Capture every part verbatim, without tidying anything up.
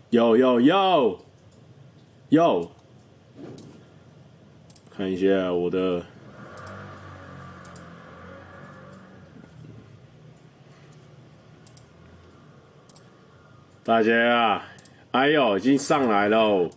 有有有有，看一下我的，大家啊，哎呦，已经上来喽！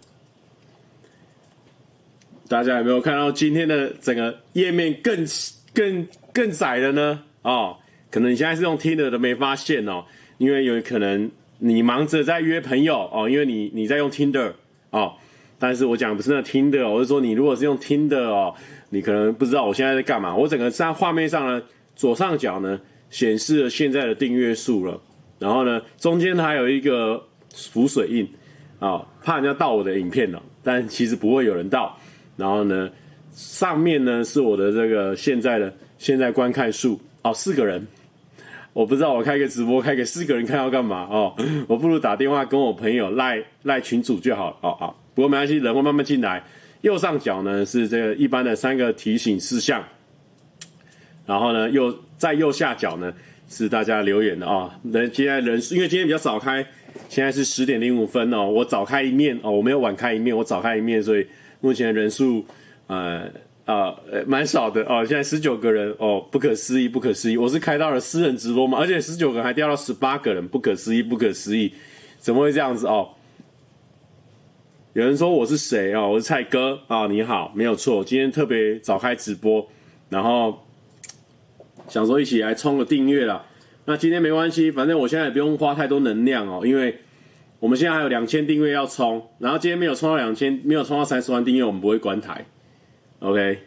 大家有没有看到今天的整个页面更更更窄了呢？哦，可能你现在是用听的都没发现哦，因为有可能你忙着在约朋友哦，因为你你在用 Tinder 哦，但是我讲的不是那 Tinder，我是说你如果是用 Tinder 哦，你可能不知道我现在在干嘛。我整个在画面上呢，左上角呢显示了现在的订阅数了，然后呢中间还有一个浮水印啊、哦，怕人家盗我的影片了，但其实不会有人盗。然后呢，上面呢是我的这个现在的现在观看数哦，四个人。我不知道我开个直播开给四个人看要干嘛哦，我不如打电话跟我朋友赖赖群组就好了哦啊。不过没关系，人会慢慢进来。右上角呢是这个一般的三个提醒事项，然后呢右在右下角呢是大家留言的啊。人现在人数因为今天比较早开，现在是十点零五分哦，我早开一面哦，我没有晚开一面，我早开一面，所以目前人数呃。啊，蛮、呃、少的哦，现在十九个人哦，不可思议，不可思议！我是开到了私人直播嘛，而且十九个人还掉到十八个人，不可思议，不可思议，怎么会这样子哦？有人说我是谁哦？我是蔡哥啊、哦，你好，没有错，今天特别早开直播，然后想说一起来冲个订阅啦。那今天没关系，反正我现在也不用花太多能量哦，因为我们现在还有两千订阅要冲，然后今天没有冲到两千，没有冲到三十万订阅，我们不会关台。OK，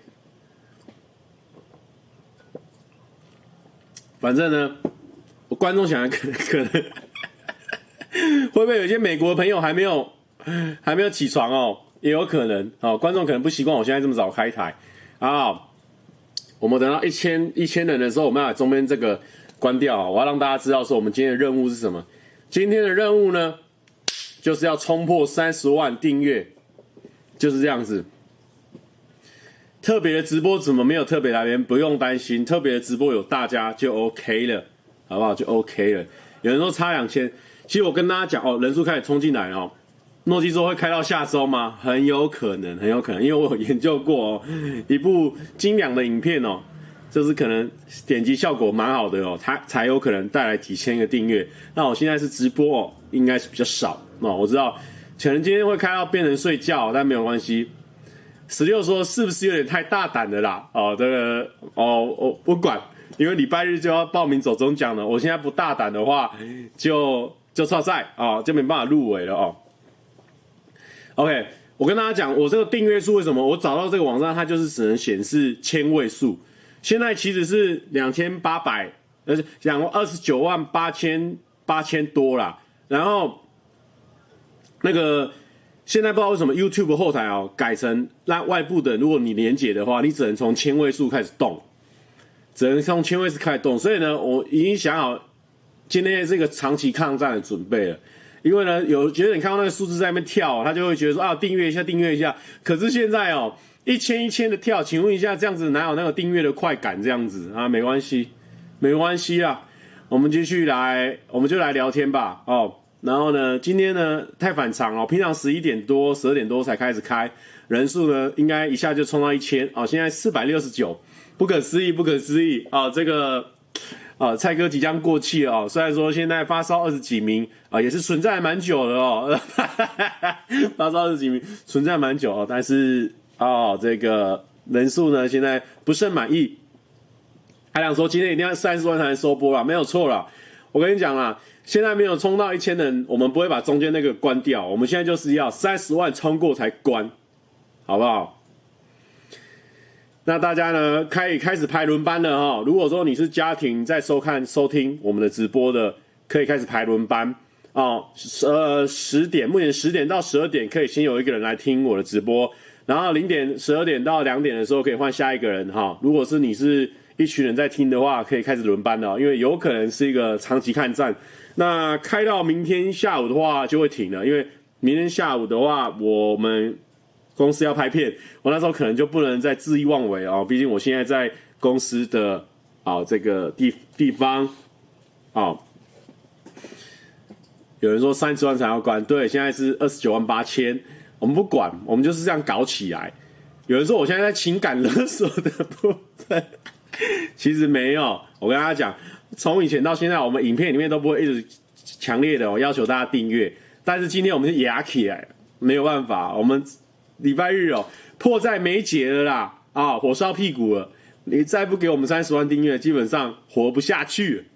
反正呢，我观众想可可能会不会有些美国的朋友还没有还没有起床哦，也有可能哦。观众可能不习惯我现在这么早开台啊。我们等到一千一千人的时候，我们要把中间这个关掉。我要让大家知道说我们今天的任务是什么。今天的任务呢，就是要冲破三十万订阅，就是这样子。特别的直播怎么没有特别来宾？不用担心，特别的直播有大家就 OK 了，好不好？就 OK 了。有人说差两千，其实我跟大家讲哦，人数开始冲进来哦。诺基说会开到下周吗？很有可能，很有可能，因为我有研究过哦，一部精良的影片哦，就是可能点击效果蛮好的哦，它才有可能带来几千个订阅。那我现在是直播哦，应该是比较少哦。我知道可能今天会开到变成睡觉，但没有关系。十六说是不是有点太大胆了啦？哦，这个哦，我不管，因为礼拜日就要报名走中奖了。我现在不大胆的话，就就错赛哦，就没办法入围了哦。OK， 我跟大家讲，我这个订阅数为什么我找到这个网站，它就是只能显示千位数，现在其实是两千八百，呃，讲二十九万八千八千多啦。然后那个。现在不知道为什么 YouTube 后台哦改成让外部的，如果你连结的话，你只能从千位数开始动，只能从千位数开始动。所以呢，我已经想好今天是一个长期抗战的准备了。因为呢，有觉得你看到那个数字在那边跳，他就会觉得说啊，订阅一下，订阅一下。可是现在哦，一千一千的跳，请问一下，这样子哪有那个订阅的快感？这样子啊，没关系，没关系啦，我们继续来，我们就来聊天吧，哦。然后呢，今天呢太反常哦，平常十一点多、十二点多才开始开，人数呢应该一下就冲到一千哦，现在四百六十九，不可思议，不可思议啊、哦！这个啊、呃，蔡哥即将过气了哦，虽然说现在发烧二十几名啊、呃，也是存在蛮久的哦，发烧二十几名存在蛮久哦，但是哦，这个人数呢现在不甚满意。还想说今天一定要三十万才能收播啦，没有错啦，我跟你讲啦。现在没有冲到一千人，我们不会把中间那个关掉。我们现在就是要三十万冲过才关，好不好？那大家呢，可以开始排轮班了哈。如果说你是家庭在收看、收听我们的直播的，可以开始排轮班哦。呃，十点，目前十点到十二点可以先有一个人来听我的直播，然后零点、十二点到两点的时候可以换下一个人哈。如果是你是一群人在听的话，可以开始轮班了，因为有可能是一个长期抗战。那开到明天下午的话就会停了，因为明天下午的话我们公司要拍片，我那时候可能就不能再恣意妄为哦，毕竟我现在在公司的啊、哦、这个地地方啊、哦， 有人说三十万才要关，对，现在是二十九万八千，我们不管，我们就是这样搞起来。有人说我现在在情感勒索的部分，其实没有。我跟大家讲，从以前到现在，我们影片里面都不会一直强烈的、哦、要求大家订阅，但是今天我们是压起来，没有办法，我们礼拜日哦，迫在眉睫了啦，啊，火烧屁股了，你再不给我们三十万订阅，基本上活不下去了。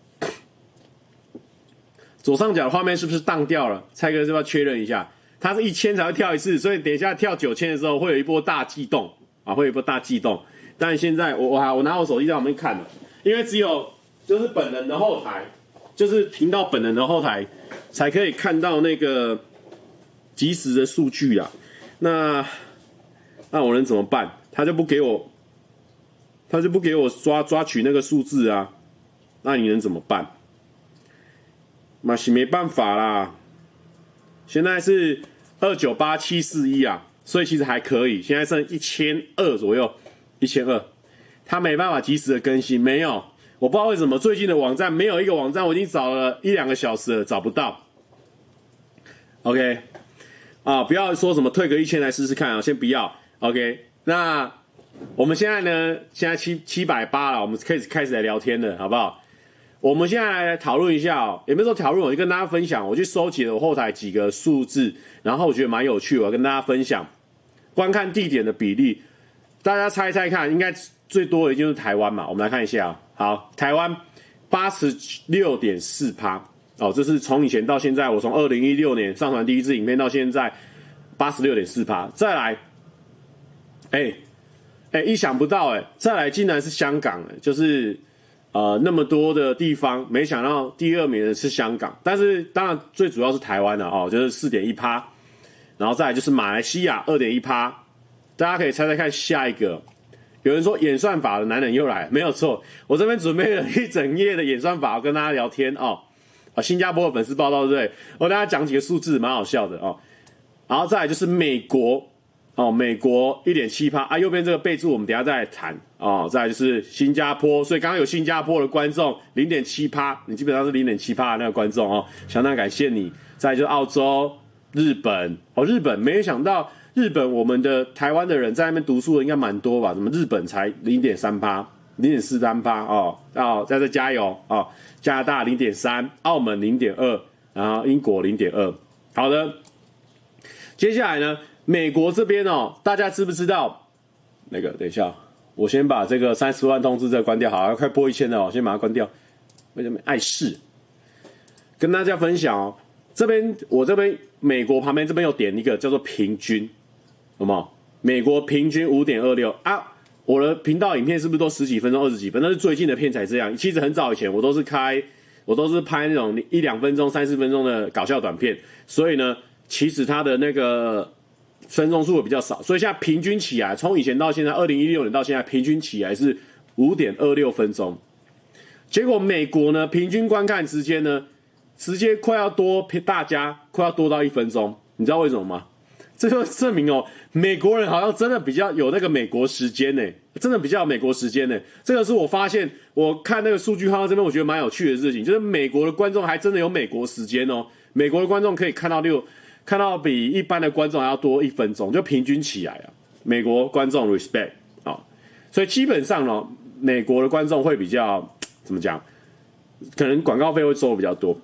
左上角的画面是不是当掉了？蔡哥是不是要确认一下？它是一千才会跳一次，所以等一下跳九千的时候会有一波大悸动啊，会有一波大悸动。但现在我我我拿我手机在旁边看了，因为只有就是本人的后台，就是频道本人的后台才可以看到那个即时的数据啊。那那我能怎么办？他就不给我，他就不给我抓抓取那个数字啊。那你能怎么办？那是没办法啦。现在是二九八七四一啊，所以其实还可以。现在剩一千二左右，一千二，他没办法及时的更新，没有，我不知道为什么最近的网站没有一个网站，我已经找了一两个小时了，找不到。OK， 啊，不要说什么退个一千来试试看啊，先不要。OK， 那我们现在呢，现在七七百八了，我们开始开始来聊天了，好不好？我们现在来讨论一下哦，也没有说讨论，我就跟大家分享，我去收集了我后台几个数字，然后我觉得蛮有趣，我要跟大家分享观看地点的比例，大家猜猜看，应该最多的就是台湾嘛，我们来看一下、哦，好，台湾 八十六点四趴，哦，这是从以前到现在，我从二零一六年上传第一支影片到现在 八十六点四趴，再来，哎哎，意想不到哎，再来竟然是香港，就是。呃，那么多的地方，没想到第二名的是香港，但是当然最主要是台湾的哦，就是 四点一趴，然后再来就是马来西亚 二点一趴，大家可以猜猜看下一个。有人说演算法的男人又来，没有错，我这边准备了一整页的演算法，我跟大家聊天哦。啊，新加坡的粉丝报道对不对？我跟大家讲几个数字，蛮好笑的哦。然后再来就是美国。哦，美国 一点七趴啊，右边这个备注我们等一下再来谈哦。再来就是新加坡，所以刚刚有新加坡的观众 零点七趴，你基本上是 零点七趴的那个观众哦，相当感谢你。再来就是澳洲、日本哦，日本没有想到日本我们的台湾的人在那边读书的应该蛮多吧？怎么日本才 零点三趴、零点四三趴哦？哦，在这加油哦！加拿大 零点三， 澳门 零点二， 然后英国 零点二。好的，接下来呢？美国这边哦，大家知不知道？那个，等一下，我先把这个三十万通知这个关掉，好，快破一千了哦，先把它关掉。为什么碍事？跟大家分享哦，这边我这边美国旁边这边有点一个叫做平均，有没有？美国平均 五点二六 啊，我的频道影片是不是都十几分钟、二十几分？那是最近的片才这样。其实很早以前我都是开，我都是拍那种一两分钟、三四分钟的搞笑短片，所以呢，其实它的那个。分钟数也比较少，所以现在平均起来，从以前到现在，二零一六年到现在，平均起来是 五点二六分钟。结果美国呢，平均观看时间呢，直接快要多大家快要多到一分钟，你知道为什么吗？这就证明哦，美国人好像真的比较有那个美国时间呢，真的比较有美国时间呢。这个是我发现，我看那个数据号这边，我觉得蛮有趣的事情，就是美国的观众还真的有美国时间哦，美国的观众可以看到六。看到比一般的观众还要多一分钟，就平均起来啊。美国观众 respect 啊、哦，所以基本上呢，美国的观众会比较怎么讲？可能广告费会收的比较多。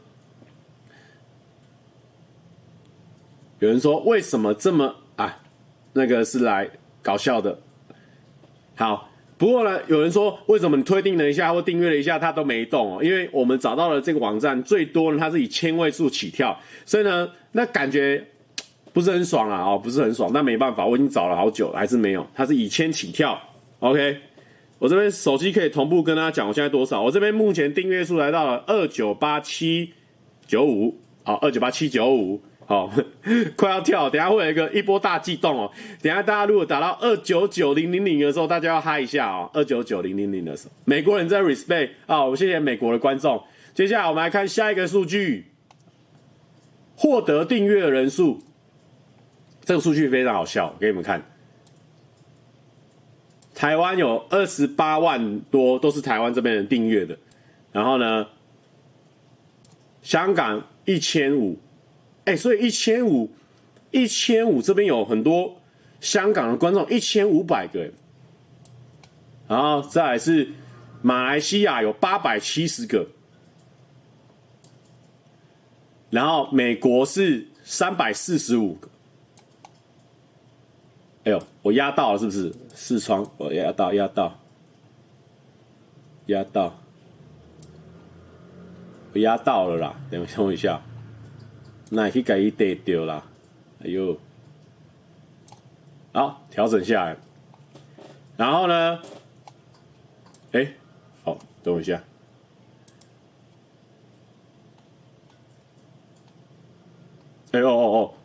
有人说为什么这么啊？那个是来搞笑的。好，不过呢，有人说为什么你推订了一下或订阅了一下，它都没动哦？因为我们找到了这个网站最多呢，它是以千位数起跳，所以呢。那感觉不是很爽啊，哦，不是很爽，但没办法，我已经找了好久了，还是没有，它是以千起跳 ，OK， 我这边手机可以同步跟大家讲我现在多少，我这边目前订阅数来到了二九八七九五，好，二九八七九五，好，快要跳，等一下会有一个一波大悸动哦，等一下大家如果打到二九九零零零的时候，大家要嗨一下哦，二九九零零零的时候，美国人在 respect 啊、哦，我谢谢美国的观众，接下来我们来看下一个数据。获得订阅的人数，这个数据非常好笑，给你们看。台湾有二十八万多，都是台湾这边人订阅的。然后呢，香港一千五，哎，所以一千五，一千五这边有很多香港的观众，一千五百个，然后再来是马来西亚有八百七十个，然后美国是三百四十五个。哎呦，我压到了是不是？视窗我压到，压到，压到，我压到了啦！等我一下，那去给伊逮掉啦！哎呦，好，调整下来。然后呢？哎，好，等我一下。哎哦哦哦！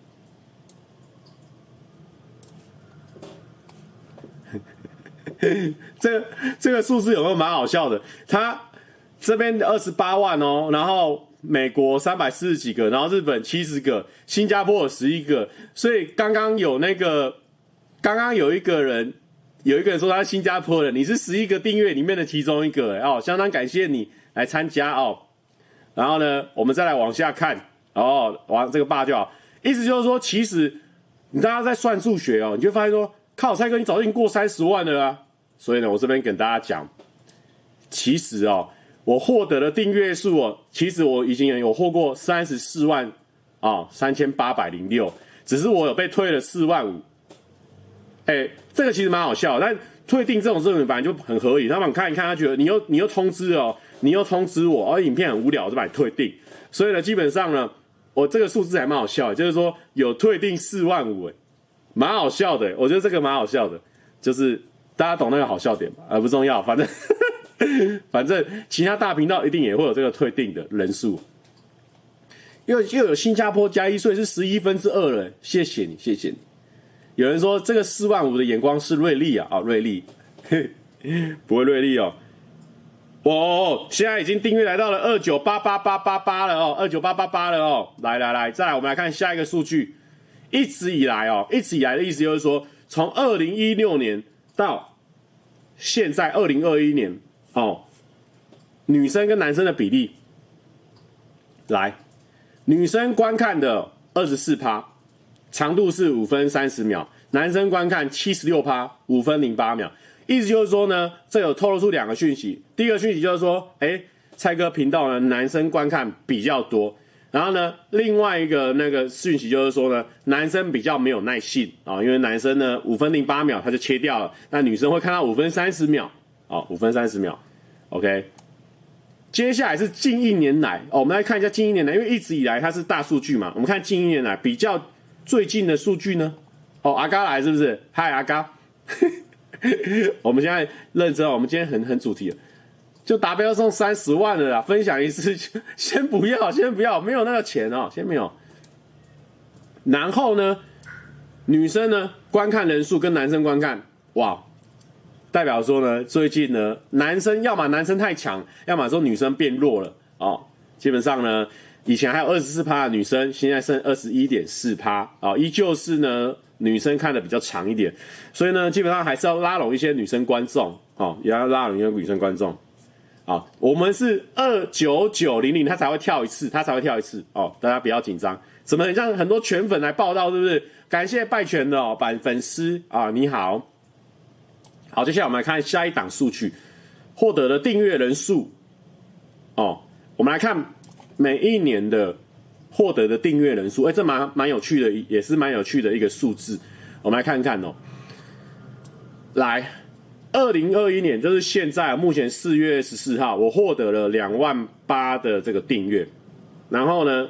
这个这个数字有没有蛮好笑的？他这边二十八万哦，然后美国三百四十几个，然后日本七十个，新加坡有十一个，所以刚刚有那个，刚刚有一个人，有一个人说他是新加坡人，你是十一个订阅里面的其中一个哦，相当感谢你来参加哦。然后呢，我们再来往下看哦，往这个霸就好，意思就是说，其实你大家在算数学哦，你就发现说，靠，蔡哥你早就已经过三十万了啊。所以呢，我这边跟大家讲，其实哦，我获得的订阅数哦，其实我已经有获过三十四万啊，三千八百零六，只是我有被退了四万五。哎，这个其实蛮好笑的，但退订这种事情本来就很合理。他们看一看，他觉得你又你又通知哦，你又通知我，而、哦、影片很无聊，就把你退订。所以呢，基本上呢，我这个数字还蛮好笑的，就是说有退订四万五，哎，蛮好笑的。我觉得这个蛮好笑的，就是。大家懂那个好笑点吧？啊，不重要，反正反正其他大频道一定也会有这个退订的人数。又又有新加坡加一，所以是十一分之二了。谢谢你，谢谢你。有人说这个四万五的眼光是瑞丽啊，啊，瑞丽，不会瑞丽哦。哦，现在已经订阅来到了二九八八八八八了哦，二九八八八了哦。来来来，再来我们来看下一个数据。一直以来哦，一直以来的意思就是说，从二零一六年到现在二零二一年哦，女生跟男生的比例，来，女生观看的二十四趴，长度是五分三十秒，男生观看七十六趴，五分零八秒。意思就是说呢，这有透露出两个讯息。第一个讯息就是说，哎，蔡哥频道呢，男生观看比较多。然后呢，另外一个那个讯息就是说呢，男生比较没有耐性啊、哦，因为男生呢五分零八秒他就切掉了，那女生会看到五分三十秒啊，五、哦、分三十秒 ，OK。接下来是近一年来哦，我们来看一下近一年来，因为一直以来它是大数据嘛，我们看近一年来比较最近的数据呢。哦，阿嘎来是不是？嗨，阿嘎，我们现在认真，我们今天很很主题了。就达标送三十万了啦，分享一次，先不要，先不要，没有那个钱哦，先没有。然后呢，女生呢观看人数跟男生观看，哇，代表说呢，最近呢，男生要么男生太强，要么说女生变弱了哦。基本上呢，以前还有二十四趴的女生，现在剩二十一点四趴啊，依旧是呢女生看的比较长一点，所以呢，基本上还是要拉拢一些女生观众哦，也要拉拢一些女生观众。啊，我们是二九九零零，他才会跳一次，他才会跳一次哦，大家不要紧张。怎么很像很多拳粉来报道，是不是？感谢拜拳的哦，版粉丝啊，你好。好，接下来我们来看下一档数据，获得的订阅人数哦，我们来看每一年的获得的订阅人数，哎，这蛮蛮有趣的，也是蛮有趣的一个数字，我们来看看哦，来。二零二一年就是现在，目前四月十四号，我获得了两万八的这个订阅。然后呢，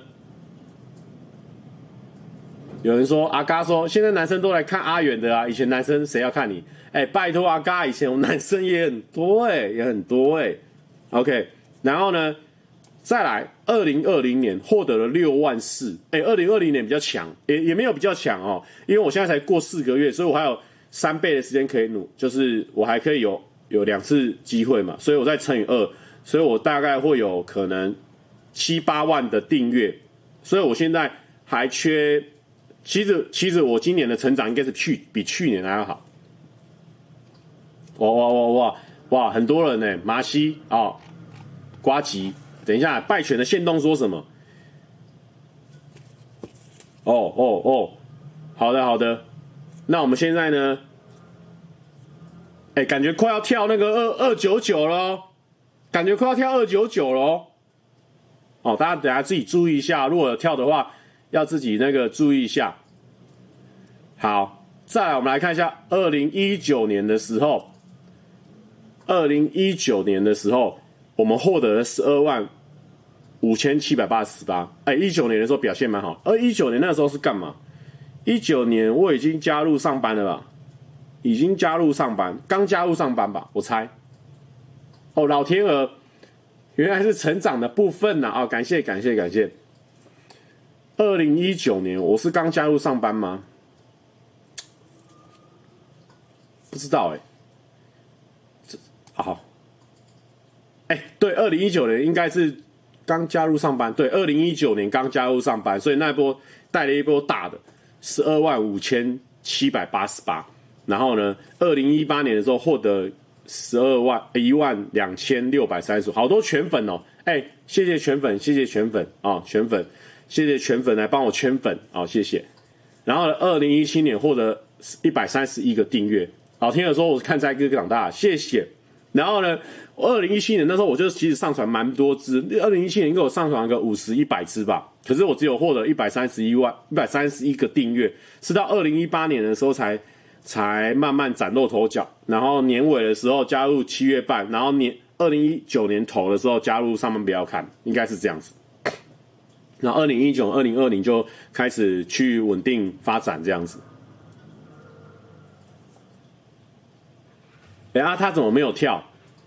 有人说阿嘎说，现在男生都来看阿远的啊，以前男生谁要看你？哎、欸，拜托阿嘎，以前我男生也很多哎、欸，也很多哎、欸。OK， 然后呢，再来二零二零年获得了六万四，哎，二零二零年比较强，也也没有比较强哦，因为我现在才过四个月，所以我还有。三倍的时间可以努，就是我还可以有有两次机会嘛，所以我再乘以二，所以我大概会有可能七八万的订阅，所以我现在还缺，其实其实我今年的成长应该是去比去年还要好，哇哇哇哇哇，很多人呢，麻西啊，呱吉，等一下拜权的限动说什么？ 哦哦哦，好的好的，那我们现在呢？哎，感觉快要跳那个二二九九了，感觉快要跳二九九了。哦，大家等下自己注意一下，如果有跳的话，要自己那个注意一下。好，再来我们来看一下二零一九年的时候，二零一九年的时候，我们获得了十二万五千七百八十八。哎，一九年的时候表现蛮好，而一九年那时候是干嘛？一九年我已经加入上班了吧？已经加入上班，刚加入上班吧，我猜。哦，老天鹅。原来是成长的部分呐！啊、哦，感谢感谢感谢。二零一九年我是刚加入上班吗？不知道哎、欸。好，哎、欸，对，二零一九年应该是刚加入上班。对，二零一九年刚加入上班，所以那一波带了一波大的，十二万五千七百八十八。然后呢，二零一八年的时候获得。十二万一万两千六百三十，好多全粉哦！哎、欸，谢谢全粉，谢谢全粉啊、哦，全粉，谢谢全粉来帮我圈粉啊、哦，谢谢。然后呢，二零一七年获得一百三十一个订阅，老天爷说我是看菜哥哥长大，谢谢。然后呢，二零一七年那时候我就其实上传蛮多支，二零一七年给我上传个五十一百支吧，可是我只有获得一百三十一万一百三十一个订阅，是到二零一八年的时候才。才慢慢崭露头角，然后年尾的时候加入七月半，然后年二零一九年头的时候加入上班不要看，应该是这样子。然后二零一九、二零二零就开始去稳定发展这样子。哎啊，他怎么没有跳？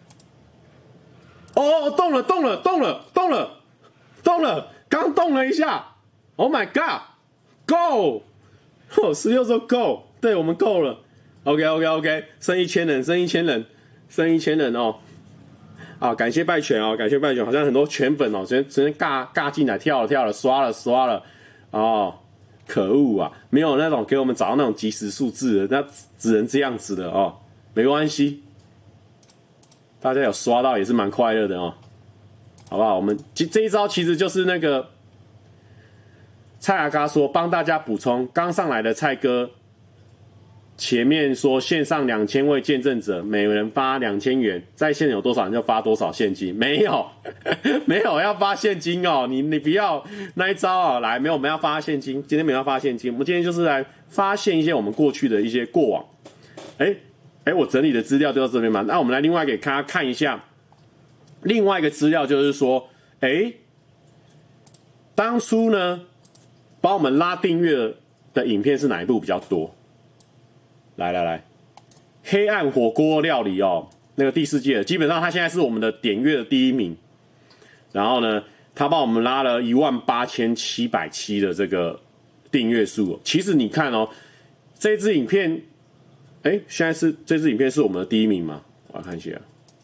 哦，动了，动了，动了，动了，动了，刚动了一下。Oh my god，Go！ 哦，十六说 Go。对，我们够了 ，OK OK OK， 剩一千人，剩一千人，剩一千人哦。啊，感谢拜权哦，感谢拜权，好像很多全粉哦，直接直接尬尬进来，跳了跳了，刷了刷了，哦，可恶啊，没有那种给我们找到那种即时数字的，那只能这样子的哦，没关系，大家有刷到也是蛮快乐的哦，好不好？我们这这一招其实就是那个蔡阿嘎说，帮大家补充，刚上来的蔡哥。前面说线上两千位见证者，每人发两千元，在线有多少人就发多少现金，没有，没有要发现金哦，你你不要那一招啊、哦，来，没有，我们要发现金，今天没有要发现金，我们今天就是来发现一些我们过去的一些过往，哎哎，我整理的资料就到这边嘛，那我们来另外给大家看一下，另外一个资料就是说，哎，当初呢，帮我们拉订阅的影片是哪一部比较多？来来来，黑暗火锅料理哦，那个第四届的，基本上他现在是我们的点阅的第一名。然后呢，他帮我们拉了一万八千七百七的这个订阅数、哦。其实你看哦，这支影片，哎，现在是这支影片是我们的第一名吗？我来看一下。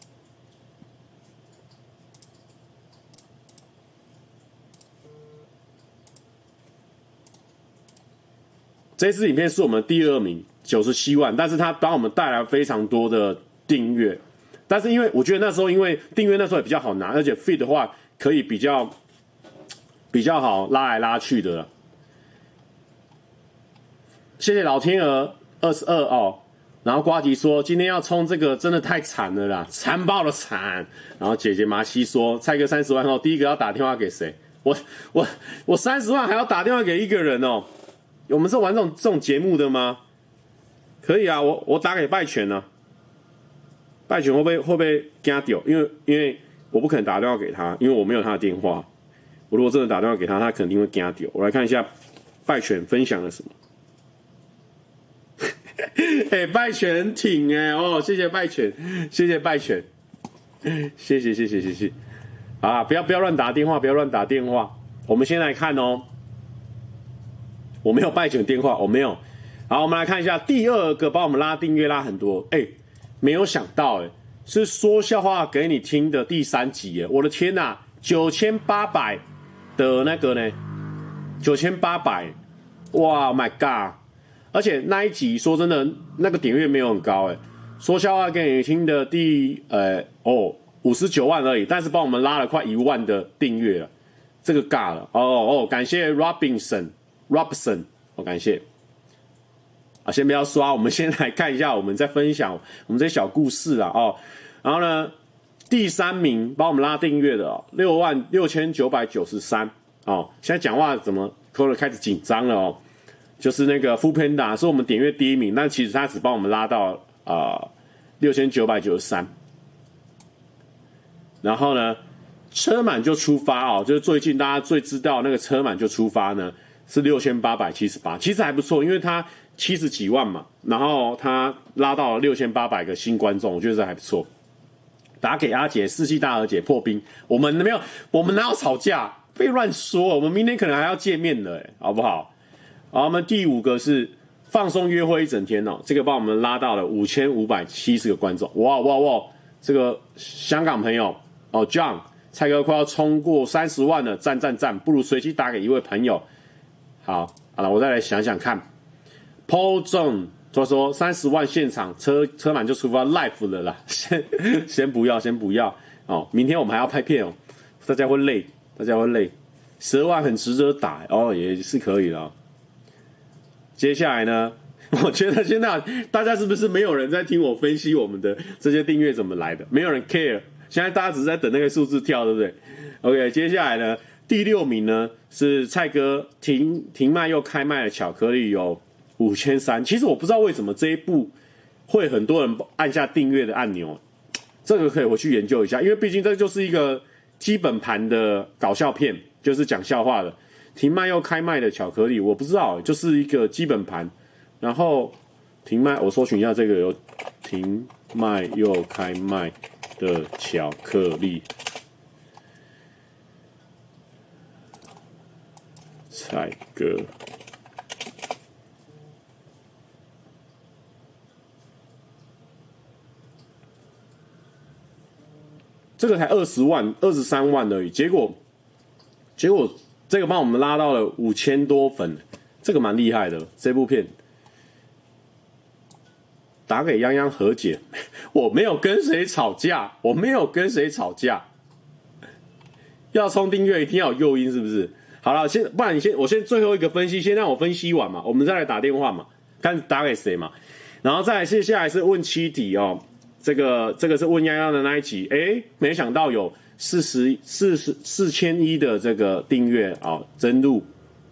这支影片是我们的第二名。九十七万，但是它帮我们带来非常多的订阅，但是因为我觉得那时候因为订阅那时候也比较好拿，而且 feed 的话可以比较比较好拉来拉去的。谢谢老天鹅二十二哦，然后呱吉说今天要冲这个真的太惨了啦，惨爆了惨。然后姐姐麻西说蔡哥三十万后第一个要打电话给谁？我我我三十万还要打电话给一个人哦？我们是玩这种这种节目的吗？可以啊，我我打给拜权呢、啊，拜权会不会会不会惊掉？因为因为我不可能打电话给他，因为我没有他的电话。我如果真的打电话给他，他肯定会惊掉。我来看一下拜权分享了什么。哎、欸，拜权挺哎、欸、哦，谢谢拜权，谢谢拜权，谢谢谢谢谢谢。啊，不要不要乱打电话，不要乱打电话。我们先来看哦，我没有拜权电话，我没有。好，我们来看一下第二个帮我们拉订阅拉很多，哎、欸，没有想到哎、欸，是说笑话给你听的第三集哎，我的天哪，九千八百的那个呢，九千八百，哇 ，Oh my god！ 而且那一集说真的，那个点阅没有很高哎、欸，说笑话给你听的第呃哦五十九万而已，但是帮我们拉了快一万的订阅了，这个尬了哦哦，感谢 Robinson。 Robson， 我感谢。啊，先不要刷，我们先来看一下，我们再分享我们这些小故事啊哦。然后呢，第三名帮我们拉订阅的哦，六万六千九百九十三哦。现在讲话怎么扣了开始紧张了哦？就是那个 Foodpanda 是我们点阅第一名，但其实他只帮我们拉到啊六千九百九十三。然后呢，车满就出发哦，就是最近大家最知道那个车满就出发呢是六千八百七十八，其实还不错，因为他七十几万嘛，然后他拉到了六千八百个新观众，我觉得这还不错。打给阿姐，世纪大和解破冰，我们没有，我们哪有吵架？别乱说，我们明天可能还要见面的，好不好？好，我们第五个是放松约会一整天哦，这个帮我们拉到了五千五百七十个观众，哇哇哇！这个香港朋友哦 ，John 蔡哥快要冲过三十万了，赞赞赞！不如随机打给一位朋友。好，好了，我再来想想看。Paul John 他说三十万现场车车满就出发 live 了啦，先先不要，先不要哦。明天我们还要拍片哦，大家会累，大家会累。十二万很值得打哦，也是可以的哦。接下来呢，我觉得现在大家是不是没有人在听我分析我们的这些订阅怎么来的？没有人 care， 现在大家只是在等那个数字跳，对不对 ？OK， 接下来呢，第六名呢是蔡哥停停卖又开卖的巧克力有五千三，其实我不知道为什么这一部会很多人按下订阅的按钮，这个可以回去研究一下，因为毕竟这就是一个基本盘的搞笑片，就是讲笑话的。停卖又开卖的巧克力，我不知道，就是一个基本盘。然后停卖，我搜寻一下这个有停卖又开卖的巧克力，蔡哥。这个才二十万、二十三万而已，结果，结果这个帮我们拉到了五千多粉，这个蛮厉害的。这部片打给泱泱和解，我没有跟谁吵架，我没有跟谁吵架。要冲订阅一定要有诱因，是不是？好了，先不然你先，我先最后一个分析，先让我分析完嘛，我们再来打电话嘛，看打给谁嘛，然后再来接下来是问七题哦。这个这个是问泱泱的那一集，哎，没想到有四十四十四千一的这个订阅啊，增入。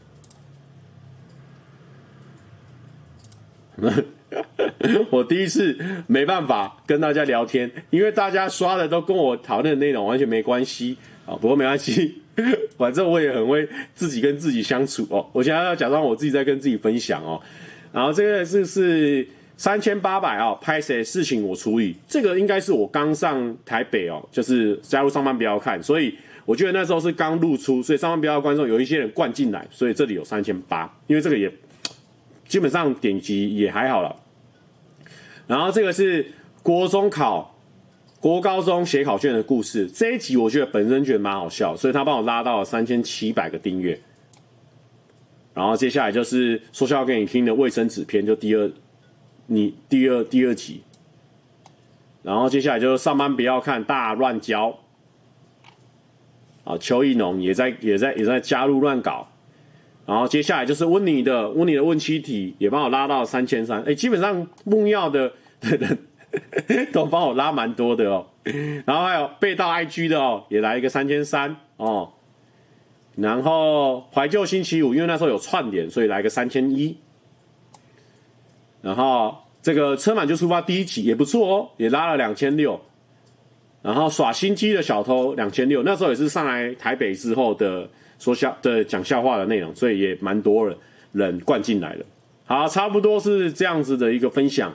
我第一次没办法跟大家聊天，因为大家刷的都跟我讨论的内容完全没关系啊。不过没关系，反正我也很会自己跟自己相处哦。我现在要假装我自己在跟自己分享哦。然后这个是是。三千八百啊，拍谁事情我处理。这个应该是我刚上台北哦，就是加入上班不要看，所以我觉得那时候是刚露出，所以上班不要观众有一些人灌进来，所以这里有三千八，因为这个也基本上点击也还好了。然后这个是国中考、国高中写考卷的故事，这一集我觉得本身觉得蛮好笑，所以他帮我拉到了三千七百个订阅。然后接下来就是说笑给你听的卫生纸篇，就第二。你第二第二集，然后接下来就是上班不要看大乱教，啊，邱义农也在也在也在加入乱搞，然后接下来就是温妮的温妮的问七题也帮我拉到三千三，哎，基本上木曜的的人都帮我拉蛮多的哦，然后还有被盗 I G 的哦，也来一个三千三哦，然后怀旧星期五，因为那时候有串联，所以来个三千一。然后这个车满就出发第一集也不错哦，也拉了两千六。然后耍心机的小偷两千六，那时候也是上来台北之后的说笑的讲笑话的内容，所以也蛮多人人灌进来的。好，差不多是这样子的一个分享。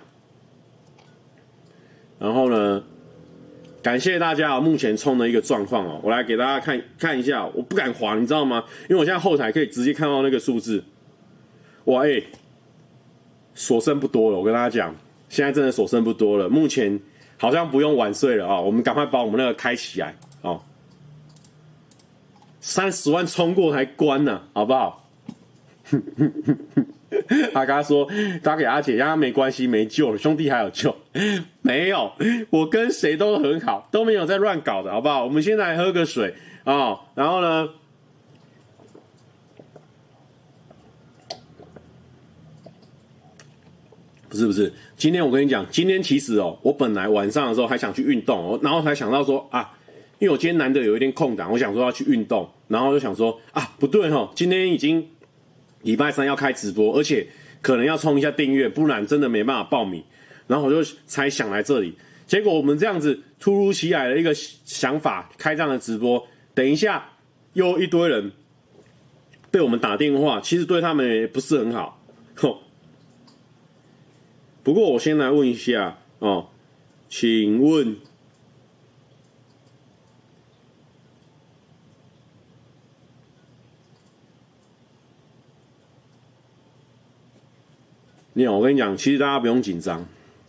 然后呢，感谢大家目前冲的一个状况哦，我来给大家看看一下，我不敢滑，你知道吗？因为我现在后台可以直接看到那个数字。哇，哎、欸。所剩不多了，我跟大家讲，现在真的所剩不多了。目前好像不用晚睡了啊、哦，我们赶快把我们那个开起来哦。三十万冲过才关呢、啊，好不好？他刚说打给阿姐，让他没关系，没救了，兄弟还有救。没有，我跟谁都很好，都没有在乱搞的，好不好？我们先来喝个水啊、哦，然后呢？ 不是不是，今天我跟你讲，今天其实哦，我本来晚上的时候还想去运动哦，然后才想到说啊，因为我今天难得有一点空档，我想说要去运动，然后就想说啊，不对哦，今天已经礼拜三要开直播，而且可能要冲一下订阅，不然真的没办法报名。然后我就才想来这里，结果我们这样子突如其来的一个想法，开这样的直播，等一下又一堆人被我们打电话，其实对他们也不是很好。吼，不过我先来问一下哦，请问你好，我跟你讲，其实大家不用紧张，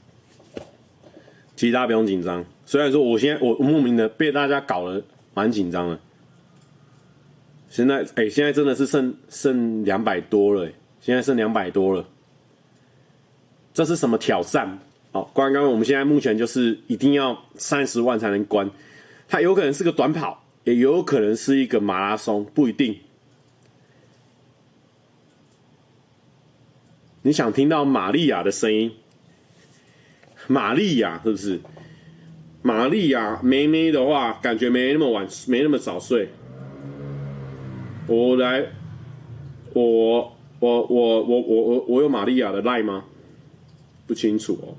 其实大家不用紧张。虽然说我现在我莫名的被大家搞得蛮紧张的，现在哎、欸，现在真的是剩剩两百多了、欸，现在剩两百多了。这是什么挑战？哦，关刚我们现在目前就是一定要三十万才能关，它有可能是个短跑，也有可能是一个马拉松，不一定。你想听到玛利亚的声音？玛利亚是不是？玛利亚妹妹的话，感觉没那么晚，没那么早睡。我来，我我我我我我我有玛利亚的 line 吗？不清楚哦。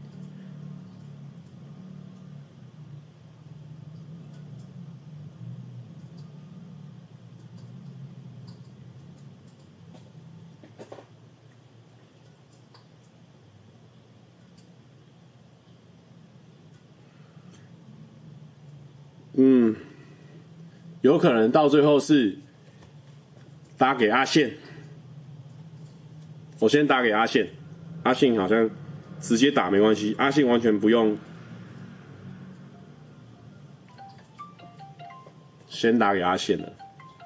嗯，有可能到最后是打给阿宪，我先打给阿宪，阿信好像直接打没关系，阿信完全不用，先打给阿宪了。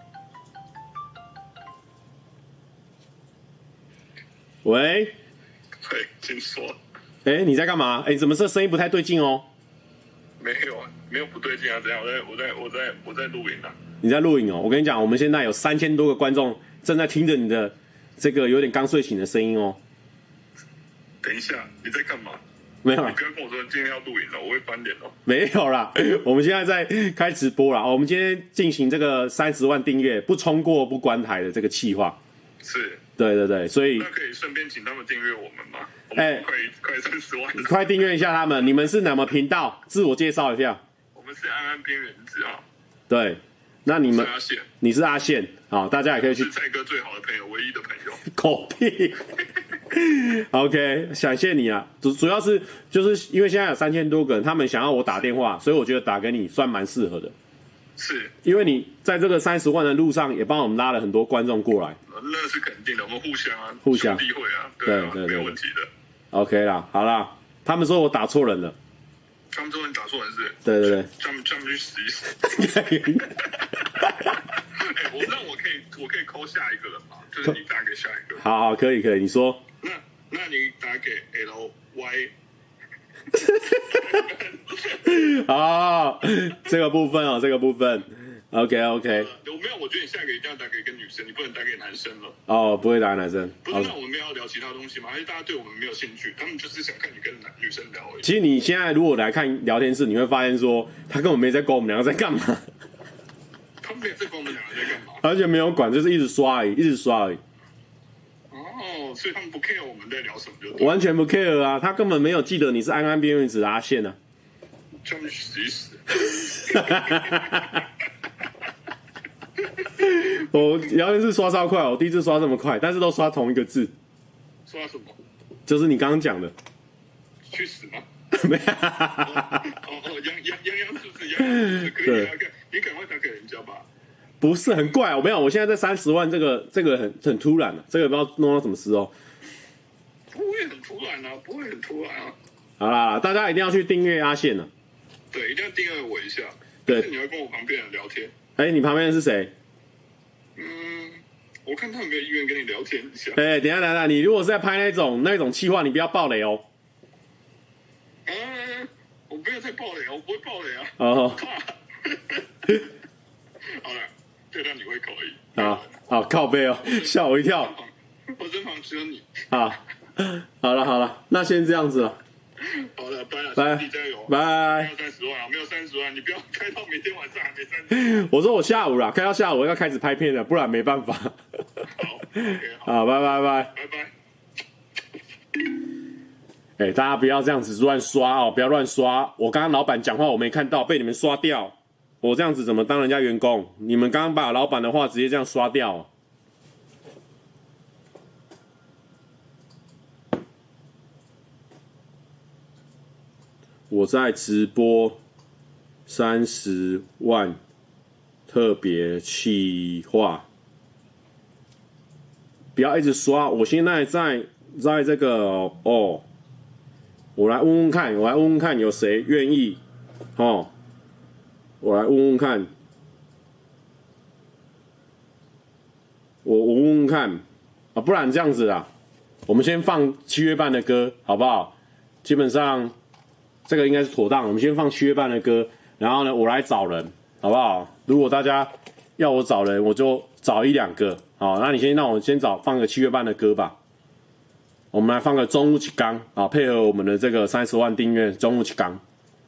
喂， 对，请说。 哎、欸，你在干嘛？哎、欸，怎么这声音不太对劲哦？ 没有啊，没有不对劲啊，怎样？我在我在我在我在录影啊。 你在录影哦？我跟你讲，我们现在有三千多个观众正在听着你的这个有点刚睡醒的声音哦。 等一下，你在干嘛？ 没有啦， 你不要跟我说今天要录影了，我会翻脸哦。 没有啦，我们现在在开直播啦。我们今天进行这个三十万订阅不冲过不关台的这个企划。 是。 对对对，所以那可以顺便请他们订阅我们吗？ 哎、 欸，快快三十万， 快订阅一下他们。你们是哪么频道？自我介绍一下。 我们是安安边缘子啊。 对，那你们是阿宪， 你是阿宪，好，大家也可以去。 是蔡哥最好的朋友，唯一的朋友。 狗屁。OK， 感谢你啊，主主要是就是因为现在有三千多个人，他们想要我打电话，所以我觉得打给你算蛮适合的。 是， 因为你在这个三十万的路上，也帮我们拉了很多观众过来。 那是肯定的，我们互相啊， 互相兄弟会啊，对啊， 对对对， 没有问题的。 OK 啦，好啦，他们说我打错人了。 他们说你打错人是？ 对对对。 他们他们去死一死。哎、欸，我让我可以我可以call下一个人吗？就是你打给下一个。 好好，可以可以，你说。 那那你打给 L Y。 好，这个部分哦，这个部分 ，OK OK。 我没有，我觉得你下一个一定要打给一个女生，你不能打给男生了。 哦，不会打给男生。 不是，那我们没有要聊其他东西吗？还是大家对我们没有兴趣？他们就是想看你跟男女生聊而已。 其实你现在如果来看聊天室，你会发现说，他根本没在管我们两个在干嘛。 他们没有在管我们两个在干嘛？ 而且没有管，就是一直刷而已，一直刷而已。 哦，所以他们不 care 我们在聊什么就对， 完全不 care 啊，他根本没有记得你是安安边缘子的阿宪啊。 叫他们去死一死。 我聊天室刷超快，我第一次刷这么快，但是都刷同一个字。 刷什么？ 就是你刚刚讲的。 去死吗？ 没有。 哦哦，杨杨杨洋是不是？杨洋是不是可以啊？你赶快打给人家吧。 不是很怪，我没有，我现在在三十万，这个这个很很突然啊，这个不知道弄到什么时候。 不会很突然啊，不会很突然啊。 好啦，大家一定要去订阅阿宪啊。 对，一定要订阅我一下。 对， 你要跟我旁边人聊天。 哎、欸，你旁边人是谁？ 嗯，我看他有没有意愿跟你聊天一下。 哎、欸，等一下等一下，你如果是在拍那种那种企划，你不要爆雷哦。 嗯，我没有在爆雷，我不会爆雷啊。 哦。 好了。对，那你会可以。 好，好靠背哦，吓我一跳。 我身旁只有你。 啊， 好了好了，那先这样子了。 好了，拜了， 拜兄弟加油！ 拜。 没有三十万啊，没有三十万，你不要开到每天晚上还没三十万。 我说我下午啦，开到下午要开始拍片了，不然没办法。 好 ，OK， 好， 好，拜拜拜拜拜。 哎、欸，大家不要这样子乱刷哦，不要乱刷。我刚刚老板讲话我没看到，被你们刷掉。我这样子怎么当人家员工？你们刚刚把老板的话直接这样刷掉、哦。我在直播三十万特别企划，不要一直刷。我现在在在这个哦，我来问问看，我来问问看有谁愿意哦，我来问问看，我我问问看啊，不然这样子啦，我们先放七月半的歌好不好？基本上。这个应该是妥当，我们先放七月半的歌，然后呢，我来找人，好不好？如果大家要我找人，我就找一两个，好，那你先让我先找放个七月半的歌吧。我们来放个中午起刚啊，配合我们的这个三十万订阅，中午起刚。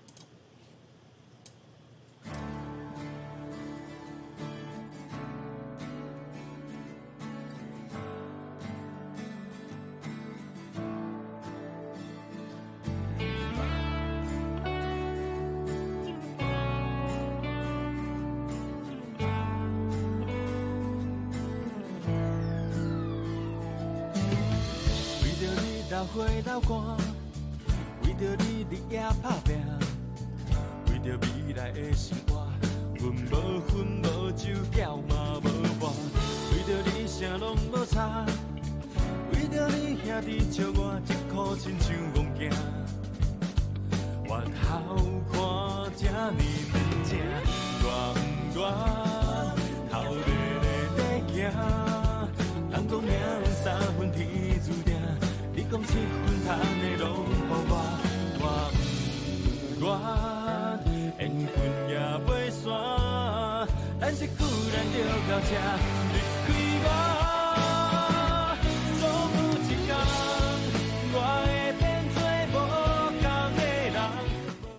花流汗，为着你日夜打拼，为着未来的生活，阮无烟无酒，觉嘛无伴，为着你啥拢无差，为着你兄弟笑我一颗亲像戆囝，越好看这呢软正，热不热，头热热在行，人讲命三分天注定。你讲七分汤的拢予我，我不愿缘分也袂散，咱一句咱就到这，离开我，总有一天我会变做无同的人。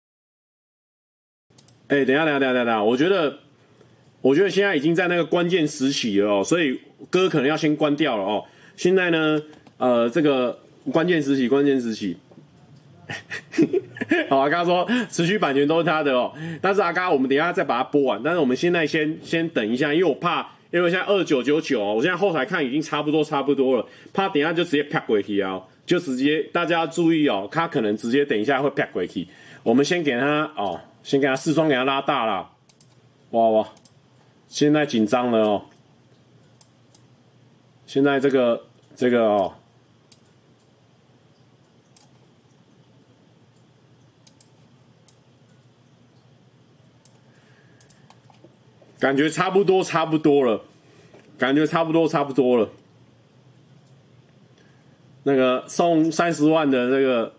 哎、欸，等一下，等一下，等一下，等一下，我觉得，我觉得现在已经在那个关键时期了哦，所以歌可能要先关掉了哦。现在呢？呃，这个关键时期，关键时期，好，阿嘎说持续版权都是他的哦，但是阿嘎，我们等一下再把它播完，但是我们现在先先等一下，因为我怕，因为现在二九九九哦，我现在后台看已经差不多差不多了，怕等一下就直接啪过去啊，就直接大家要注意哦，他可能直接等一下会啪过去，我们先给他哦，先给他视窗给他拉大啦，哇哇，现在紧张了哦，现在这个这个哦。感觉差不多，差不多了，感觉差不多，差不多了。那个送三十万的这个，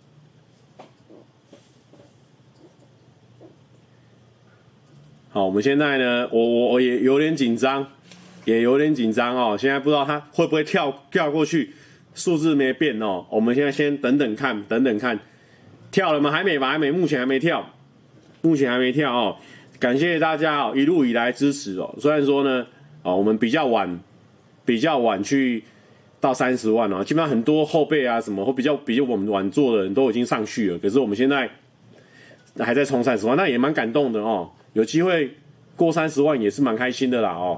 好，我们现在呢，我我我也有点紧张，也有点紧张哦。现在不知道他会不会跳跳过去，数字没变哦。我们现在先等等看，等等看，跳了吗？还没吧？还没，目前还没跳，目前还没跳哦。感谢大家哦，一路以来支持哦。虽然说呢，啊，我们比较晚，比较晚去到三十万哦，基本上很多后辈啊什么，或比较比较我们晚做的人都已经上去了，可是我们现在还在冲三十万，那也蛮感动的哦。有机会过三十万也是蛮开心的啦哦。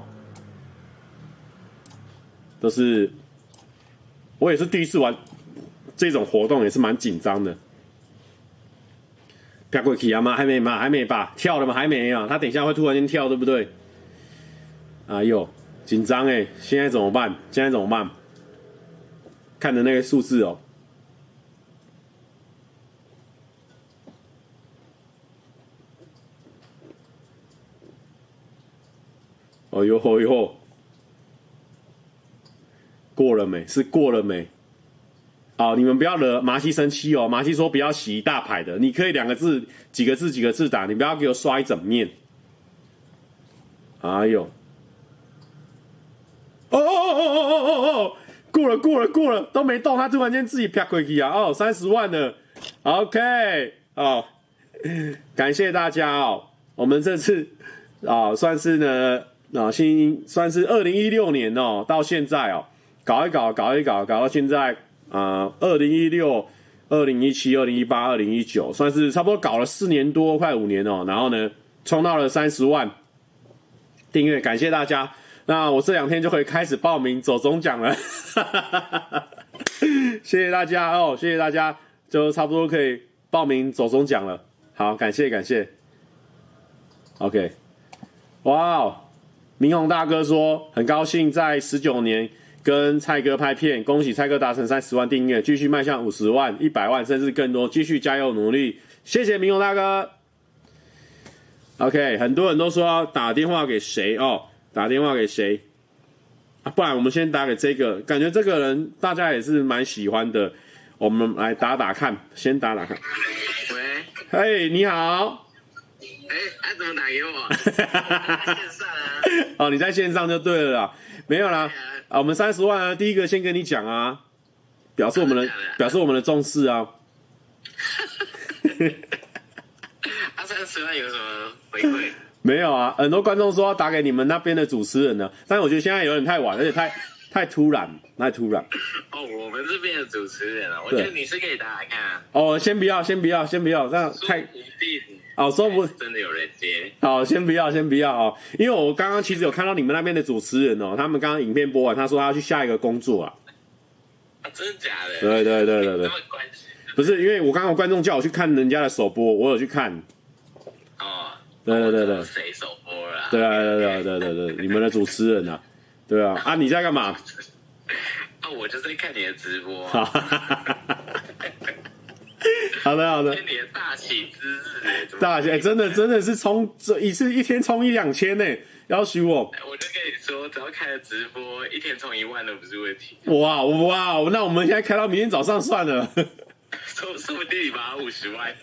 都是我也是第一次玩这种活动，也是蛮紧张的。跳过去啊吗？还没吗？还没吧？跳了吗？还没啊！他等一下会突然间跳，对不对？哎呦，紧张哎！现在怎么办？现在怎么办？看着那个数字哦。哦呦哦呦，过了没？是过了没？哦，你们不要惹麻西生气哦。麻西说不要洗一大排的，你可以两个字、几个字、几个字打，你不要给我刷一整面。哎呦，哦哦哦哦哦哦哦，过过了，过了，过了，都没动，他突然间自己啪过去啊！哦，三十万了 ，OK， 哦，感谢大家哦，我们这次啊、哦，算是呢啊、哦，新算是二零一六年哦，到现在哦，搞一搞，搞一搞，搞到现在啊，二零一六、二零一七、二零一八、二零一九，算是差不多搞了四年多，快五年哦，然后呢，冲到了三十万订阅，感谢大家。那我这两天就可以开始报名走中奖了，谢谢大家哦，谢谢大家，就差不多可以报名走中奖了。好，感谢感谢。OK， 哇哦，明宏大哥说很高兴在十九年跟蔡哥拍片，恭喜蔡哥达成三十万订阅，继续迈向五十万、一百万甚至更多，继续加油努力。谢谢明宏大哥。OK， 很多人都说要打电话给谁哦。打电话给谁啊？不然我们先打给这个，感觉这个人大家也是蛮喜欢的。我们来打打看，先打打看。 喂， 嘿，你好。 哎，他怎么打给我？线上啊。 哦，你在线上就对了啦。没有啦，啊，我们三十万啊，第一个先跟你讲啊，表示我们的表示我们的重视啊。 啊，三十万有什么回馈？ 没有啊，很多观众说要打给你们那边的主持人呢，但是我觉得现在有点太晚，而且太太突然，太突然。 哦，我们这边的主持人啊，我觉得你是可以打打看啊。 哦，先不要，先不要，先不要，这样太说不定哦，说不真的有人接。 好，先不要，先不要哦，因为我刚刚其实有看到你们那边的主持人哦，他们刚刚影片播完，他说他要去下一个工作啊。 啊，真的假的？ 对对对对对， 这么关系？ 不是，因为我刚刚有观众叫我去看人家的首播，我有去看。 哦。 对对对对， 谁首播了、啊？ 对啊对对对对对，你们的主持人啊，对啊啊，你在干嘛？ 啊，我就是在看你的直播、 啊。好的好的。 你的大喜之日， 大喜、欸、真的真的是冲这一次一天冲一两千呢，要许我。 我就跟你说，只要开了直播，一天冲一万都不是问题。 哇哇，那我们现在开到明天早上算了。 说说不定你把五十万。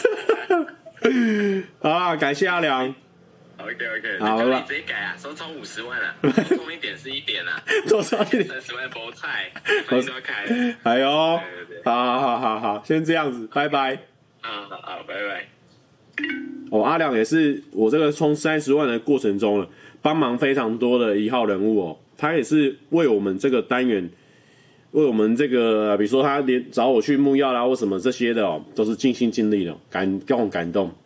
好啦，感谢阿良。 OK OK， 好了， 你直接改啊，说充五十万啊，充一点是一点啊， 多少一点？ 三十万包菜，反正都要开。 哎呦，好对对对， 好好好好，先这样子，拜拜。 啊好好，拜拜。 哦，阿良也是我这个充三十万的过程中了，帮忙非常多的一号人物哦，他也是为我们这个单元。为我们这个，比如说他连找我去木曜啦，或什么这些的哦，都是尽心尽力的，感让我感动。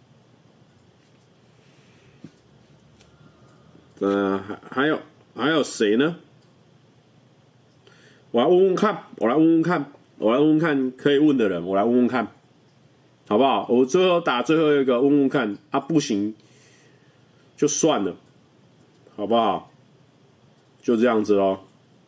呃，还还有还有谁呢？我来问问看，我来问问看，我来问问看可以问的人，我来问问看，好不好？我最后打最后一个问问看啊，不行就算了，好不好？就这样子咯。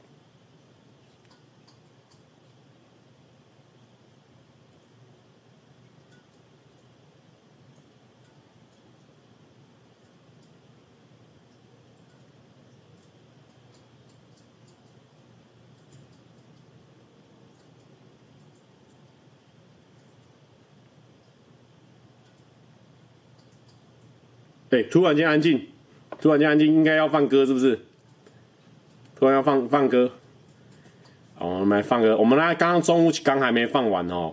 哎、欸，突然间安静，突然间安静，应该要放歌是不是？突然要放放歌，好，我们来放歌。我们来，刚刚中午刚还没放完哦。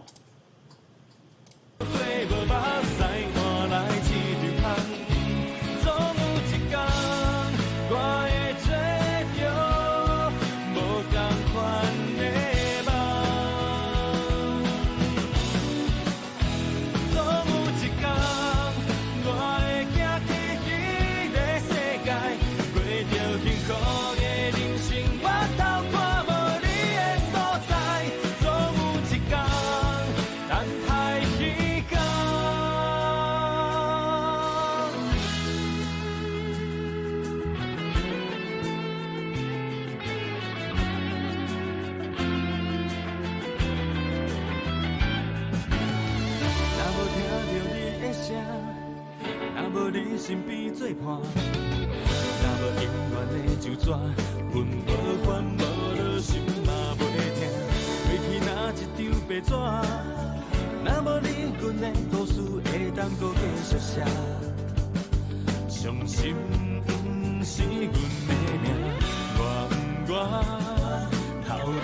身边做伴，若无永远的就纸，阮无烦无恼，心嘛袂痛。过去若一张白纸，若无恁阮的故事会当搁继续写。伤心不是阮的命，我不愿头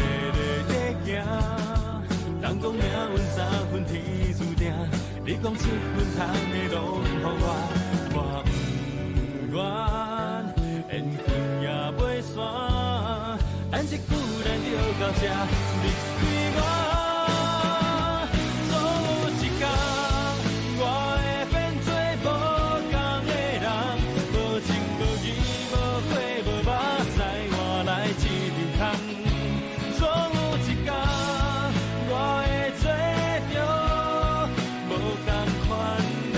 你讲七分汤的拢予我，我不愿，缘分也袂散，咱这句咱就到这，离开我。总有一天，我会变做无同的人，无情无义无悔无目屎，换来一场空。总有一天，我会做着无同款的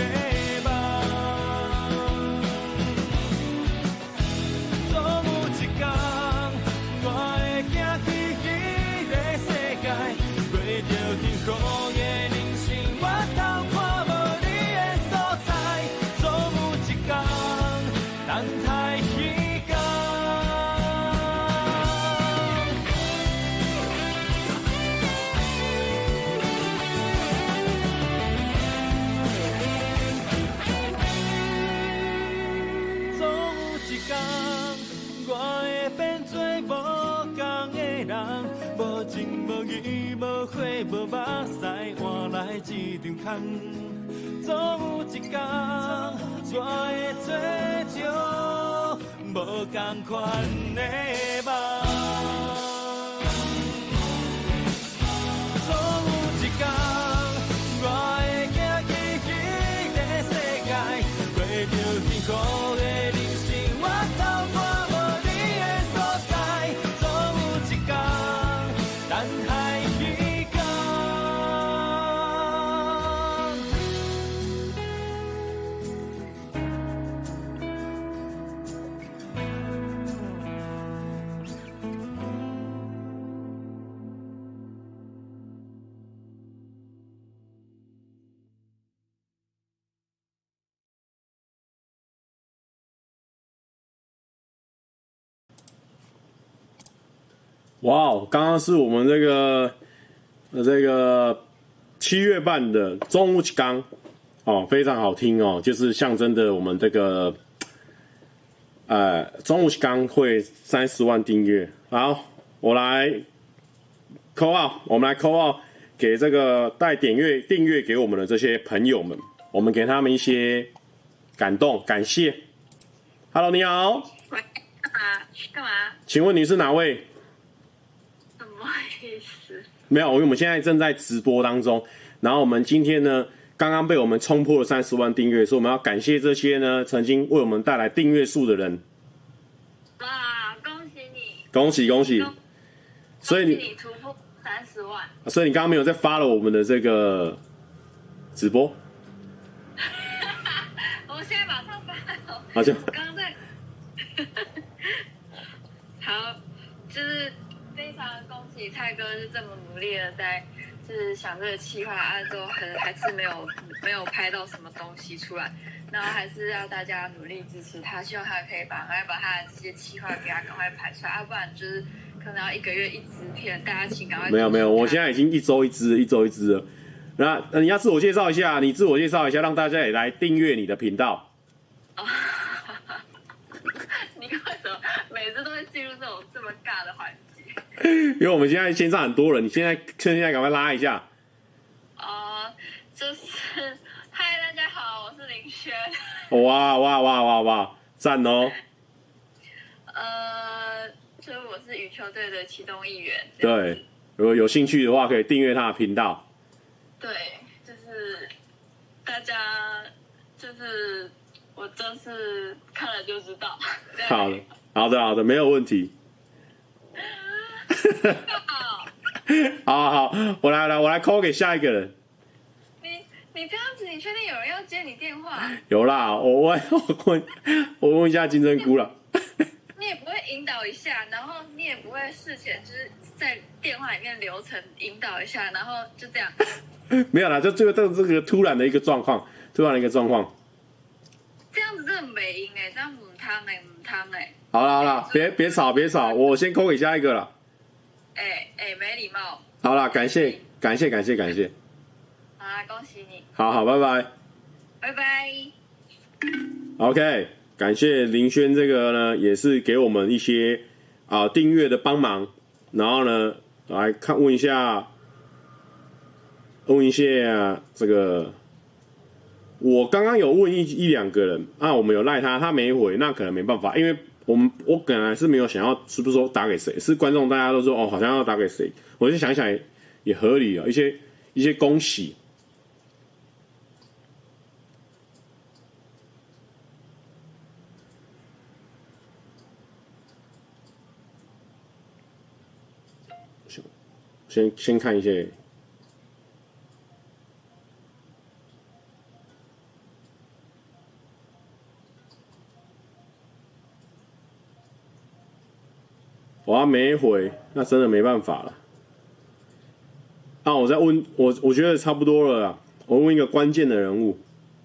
梦。总有一天，我会行去彼个世界，过着幸福的人生，我偷看无你的所在。总有一天，等待彼天。总有一天，我会变做无同的人，无情无义无悔无目屎，换来一场空。总有一天，我会做着无同款的梦。总有一天，我会行去彼个世界，过着幸福的人生，我偷看无你的所在。总有一天，等待彼天。 哇哦，刚刚是我们这个呃这个七月半的中午一刚哦，非常好听哦，就是象征的我们这个呃中午一刚会三十万订阅。好，我来 call out， 我们来 call out 给这个带点阅订阅给我们的这些朋友们，我们给他们一些感动感谢。Hello， 你好， 喂，干嘛？干嘛？ 请问你是哪位？ 什么意思？ 没有，因为我们现在正在直播当中，然后我们今天呢，刚刚被我们冲破了三十万订阅，所以我们要感谢这些呢曾经为我们带来订阅数的人。 哇，恭喜你！ 恭喜恭喜！ 恭所以你， 恭喜你突破三十万。 所以你刚刚没有在follow我们的这个直播？ 我现在马上发了。 好像我刚刚在。好，就是非常恭喜蔡哥是这么努力的在，就是想这个企划啊，都很还是没有没有拍到什么东西出来，然后还是要大家努力支持他，希望他可以把赶快把他的这些企划给他赶快排出来，要、啊、不然就是可能要一个月一支片，大家请赶快。 没有没有，我现在已经一周一支，一周一支了。那那你要自我介绍一下，你自我介绍一下，让大家也来订阅你的频道。 哦，你为什么每次都会进入这种这么尬的环节？ 因为我们现在线上很多人，你现在趁现在赶快拉一下。 哦，就是嗨，大家好，我是林轩。 哇哇哇哇哇，赞哦！ 呃，就是我是羽球队的其中一员。 对，如果有兴趣的话，可以订阅他的频道。 对，就是大家就是我就是看了就知道。 好的，好的，好的，没有问题。好好好，我来来，我来 call 给下一个人。 你你这样子，你确定有人要接你电话？ 有啦，我问我问我问一下金针菇了。 你也不会引导一下，然后你也不会事前就是在电话里面流程引导一下，然后就这样。 没有啦，就这个这个突然的一个状况，突然的一个状况。 这样子真的没赢哎，这样母汤哎母汤哎。 好啦好啦，别别吵别吵，我先 call 给下一个了。 哎哎，没礼貌。 好啦，感谢感谢感谢感谢。 好啦，恭喜你。 好好，拜拜。 拜拜。 OK， 感谢林轩这个呢，也是给我们一些啊、呃、订阅的帮忙，然后呢来看问一下，问一下这个我刚刚有问一一两个人啊，我们有赖他，他没回，那可能没办法，因为我们我本来是没有想要是不是说打给谁，是观众大家都说哦好像要打给谁，我就想一想也也合理啊，一些一些恭喜。先先看一些。我要没回，那真的没办法了。啊，我再问我，我觉得差不多了啦。我问一个关键的人物。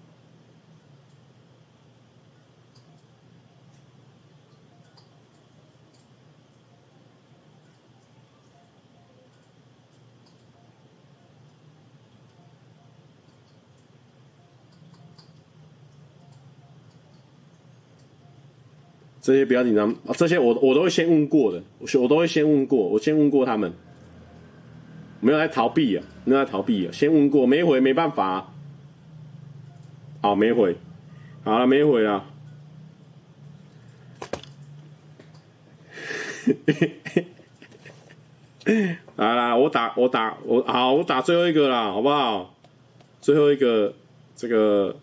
这些不要紧张，这些我我都会先问过的，我我都会先问过，我先问过他们，没有在逃避啊，没有在逃避啊，先问过，没回没办法、啊，好没回，好了没回了，来来，我打我打我好，我打最后一个啦，好不好？最后一个这个。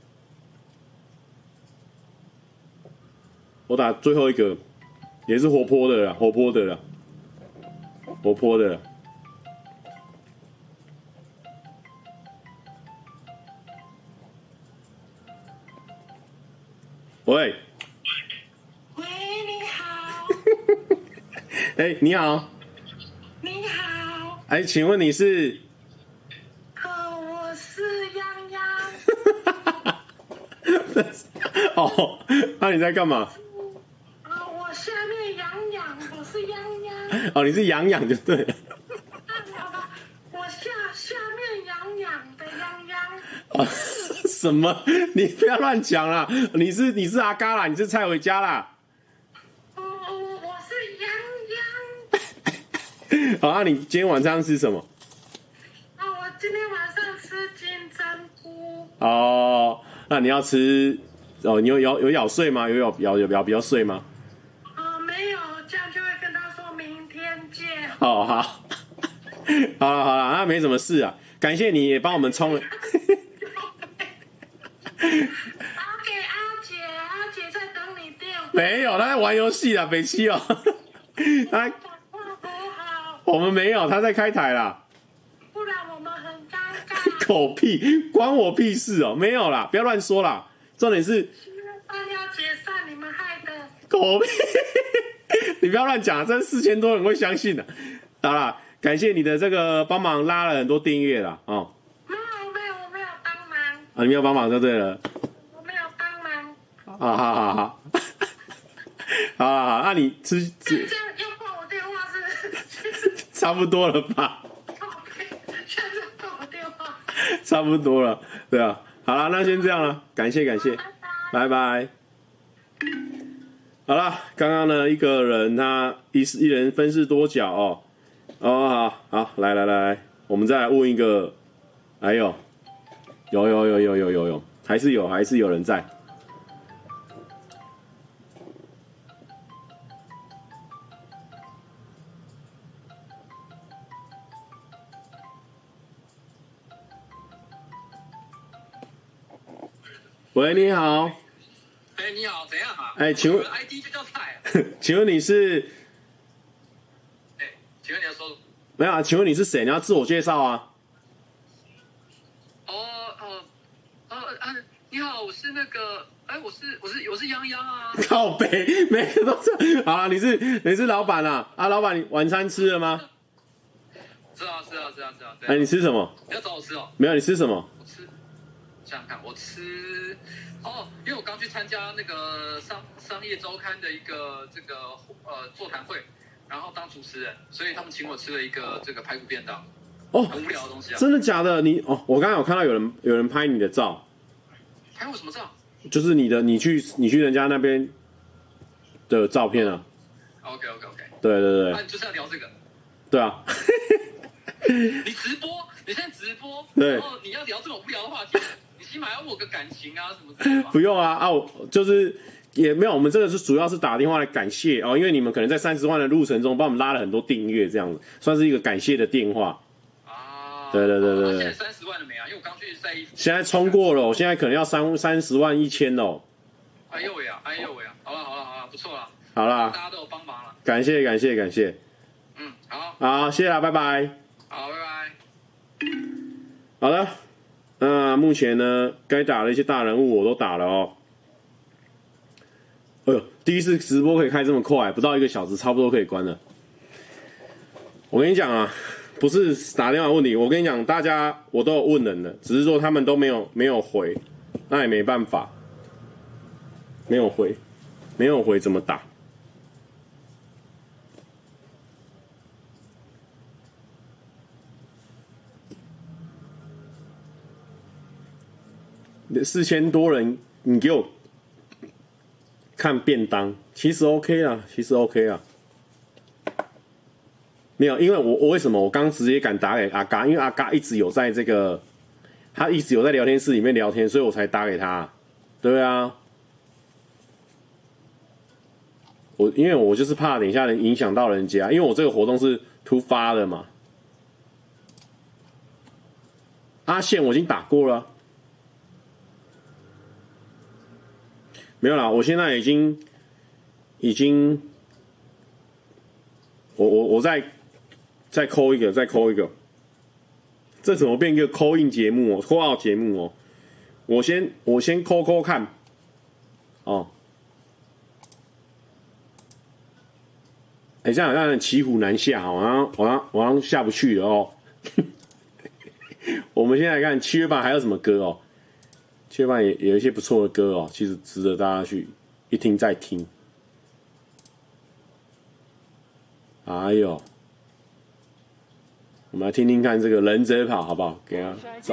我打最后一个，也是活泼的啦，活泼的啦，活泼的啦。喂， 喂，你好。 哎、欸，你好。 你好。 哎、欸，请问你是？ 哦，我是泱泱。 哦，那、啊、你在干嘛？ 我下面痒痒，我是泱泱。 哦，你是痒痒就对了。 我下下面痒痒的泱泱。 哦，什么？你不要乱讲啦！你是你是阿嘎啦，你是蔡伟嘉啦。 哦，我是泱泱。 好，那、啊、你今天晚上吃什么？ 哦，我今天晚上吃金针菇。 哦，那你要吃哦？你有咬有咬碎吗？有咬咬有咬比较碎吗？哦，好，好了好了，那没什么事啊。感谢你也帮我们冲了。 打给阿姐，阿姐在等你电话。 没有，他在玩游戏啦，北七哦。他我们没有，他在开台啦。 不然我们很尴尬。 狗屁，关我屁事哦！没有啦，不要乱说啦。重点是， 班要解散，你们害的。 狗屁。你不要乱讲，这四千多人会相信的。好啦，感谢你的这个帮忙拉了很多订阅啦，哦。 没有没有，我没有帮忙。 啊，你没有帮忙就对了。 我没有帮忙。 啊，好好好，好好好，那你吃吃。 这样要挂我电话是？ 差不多了吧？ 现在挂我电话。 差不多了，对啊。好了，那先这样了，感谢感谢，拜拜。好了，刚刚呢，一个人他一一人分饰多角哦。哦，好好，来来来，我们再来问一个。哎呦，有有有有有有有，还是有还是有人在。喂，你好。 哎、欸，你好，怎样啊？ 哎、欸，请问 I D 就叫蔡。 请问你是？ 哎、欸，请问你要说？ 没有啊，请问你是谁？你要自我介绍啊。 哦哦哦啊！你好，我是那个，哎、欸，我是我是我是泱泱啊。 靠北，每个都是。好了，你是你是老板啊？啊，老板，你晚餐吃了吗？ 是啊是啊是啊是啊。 哎、欸，你吃什么？ 你要找我吃哦。 没有，你吃什么？ 我吃，想想看，我吃。哦，因为我刚去参加那个商商业周刊的一个这个呃座谈会，然后当主持人，所以他们请我吃了一个这个排骨便当。 哦， 很无聊的东西啊。 真的假的？你哦，我刚刚有看到有人有人拍你的照。 拍我什么照？ 就是你的，你去你去人家那边的照片啊。 OK OK OK。 对对对。 那、啊、你就是要聊这个。 对啊。 你直播，你现在直播， 对。 然后你要聊这种无聊的话题。你起码要我个感情啊什么之类的吧。 不用啊啊，我就是也没有，我们这个是主要是打电话来感谢哦，因为你们可能在三十万的路程中帮我们拉了很多订阅，这样子算是一个感谢的电话。 啊， 对对对对对。 现在三十万了没啊？因为我刚去晒衣服。 现在冲过了，我现在可能要三三十万一千哦。 哎呦喂呀，哎呦喂呀，好了好了好了，不错了。 好啦， 大家都有帮忙了。 感谢感谢感谢。 嗯，好。 好，谢谢啦，拜拜。 好，拜拜。 好了，那目前呢，该打的一些大人物我都打了哦。哎呦，第一次直播可以开这么快，不到一个小时，差不多可以关了。我跟你讲啊，不是打电话问题，我跟你讲，大家我都有问人了，只是说他们都没有没有回，那也没办法，没有回，没有回怎么打？四千多人，你给我看便当，其实 OK 啦，其实 OK 啦。没有，因为我我为什么我刚直接敢打给阿嘎？因为阿嘎一直有在这个，他一直有在聊天室里面聊天，所以我才打给他。对啊，我因为我就是怕等一下能影响到人家，因为我这个活动是突发的嘛。阿宪我已经打过了。没有啦，我现在已经已经，我我我再再扣一个，再扣一个，这怎么变一个扣印节目哦？扣号节目哦，我先我先扣扣看，哦，哎、欸，这样好像骑虎难下，好像好像好像下不去了哦。我们先来看七月半还有什么歌哦。七月半也有一些不错的歌哦，其实值得大家去一听再听。哎呦，我们来听听看这个忍者跑好不好？给他找。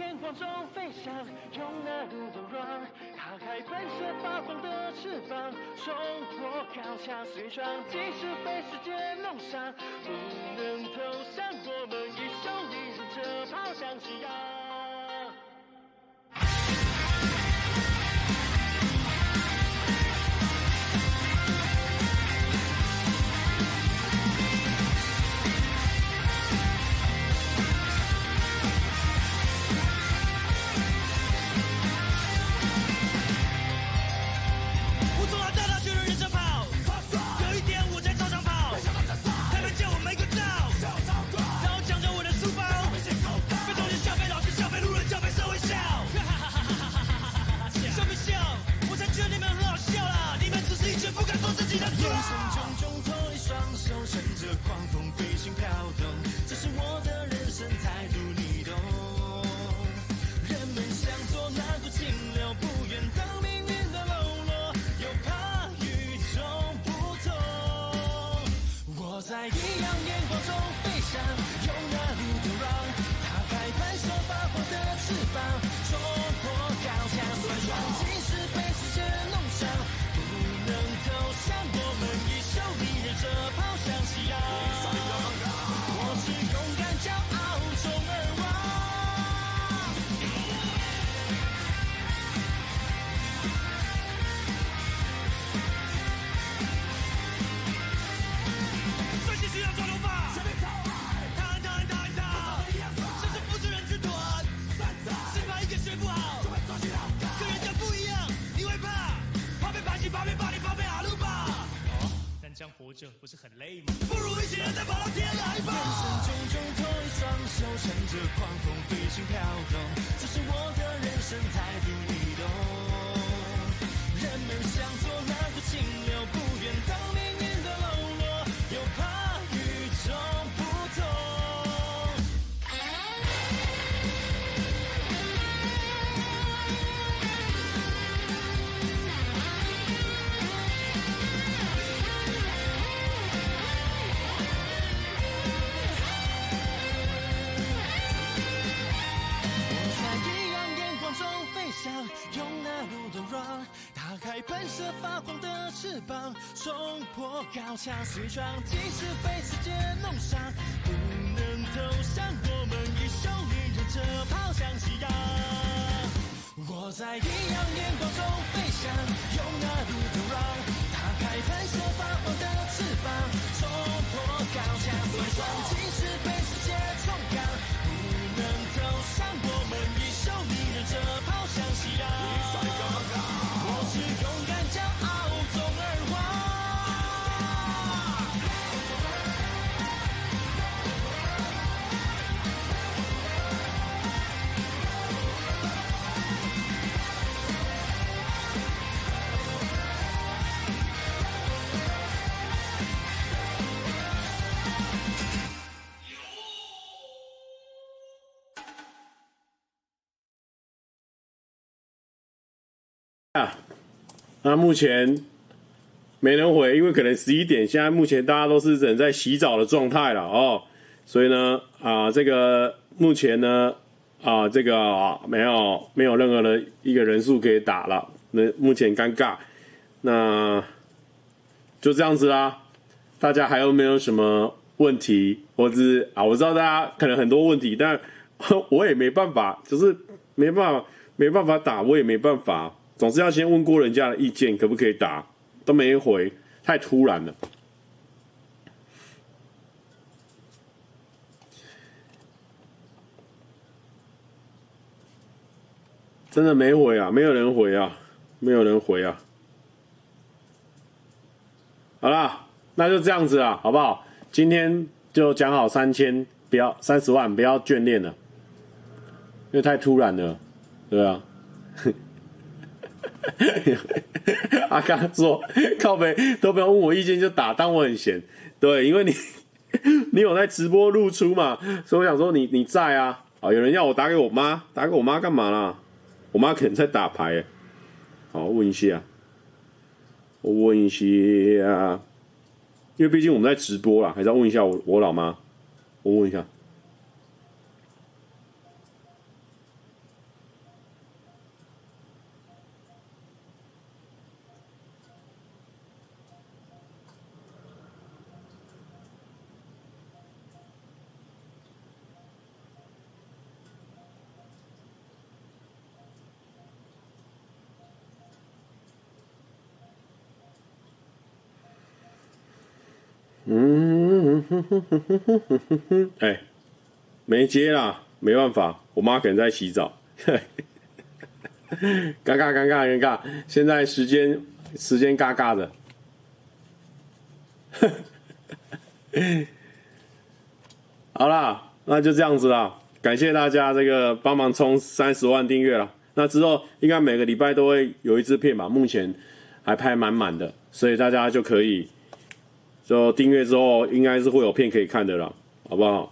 活着不是很累吗？不如一起人再跑到天来吧！人生种种，托一双手，乘着狂风飞行飘动，这是我的人生态度，你懂。人们想做那股清流，不愿当命运的喽啰，又怕与众不同。用那路的 run， 打开喷射发光的翅膀，冲破高墙，随闯，即使被世界弄伤，不能投降，我们一手领着跑向夕阳。 向所创，即使被世界冲干，不能投降，我们一手逆着这跑向夕阳。我是勇敢骄傲中而活。 啊，那目前没人回，因为可能十一点，现在目前大家都是人在洗澡的状态了哦，所以呢，啊，这个目前呢，啊，这个、啊、没有没有任何的一个人数可以打了，那目前尴尬，那就这样子啦。大家还有没有什么问题，或者是啊，我知道大家可能很多问题，但我也没办法，就是没办法没办法打，我也没办法。总是要先问过人家的意见，可不可以打，都没回，太突然了。真的没回啊，没有人回啊，没有人回啊。好啦，那就这样子啦，好不好？今天就讲好三千，不要三十万，不要眷恋了，因为太突然了，对啊。阿刚说靠北都不要问我意见就打，当我很闲。对，因为你你有在直播露出嘛，所以我想说你你在啊。好，有人要我打给我妈，打给我妈干嘛啦？我妈可能在打牌。好，问一下，我问一下，因为毕竟我们在直播啦，还是要问一下我我老妈，我问一下。嗯，哎、欸，没接啦，没办法，我妈可能在洗澡，尴尬尴尬尴尬，现在时间时间尬尬的，好啦，那就这样子啦，感谢大家这个帮忙冲三十万订阅了，那之后应该每个礼拜都会有一支片吧，目前还拍满满的，所以大家就可以。就订阅之后，应该是会有片可以看的啦，好不好？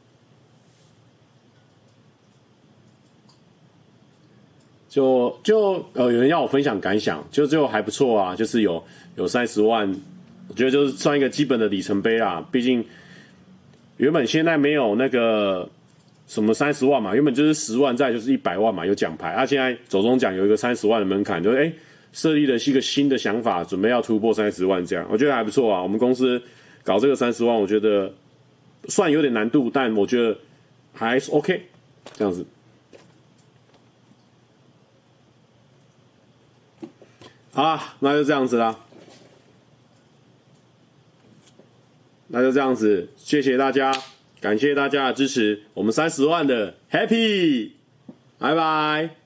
就就呃，有人要我分享感想，就最后还不错啊，就是有有三十万，我觉得就是算一个基本的里程碑啦。毕竟原本现在没有那个什么三十万嘛，原本就是十万，再就是一百万嘛，有奖牌。啊，现在走中奖有一个三十万的门槛，就是哎。欸设立的是一个新的想法，准备要突破三十万，这样我觉得还不错啊。我们公司搞这个三十万，我觉得算有点难度，但我觉得还是 OK， 这样子。好啦，那就这样子啦，那就这样子，谢谢大家，感谢大家的支持，我们三十万的 Happy， 拜拜。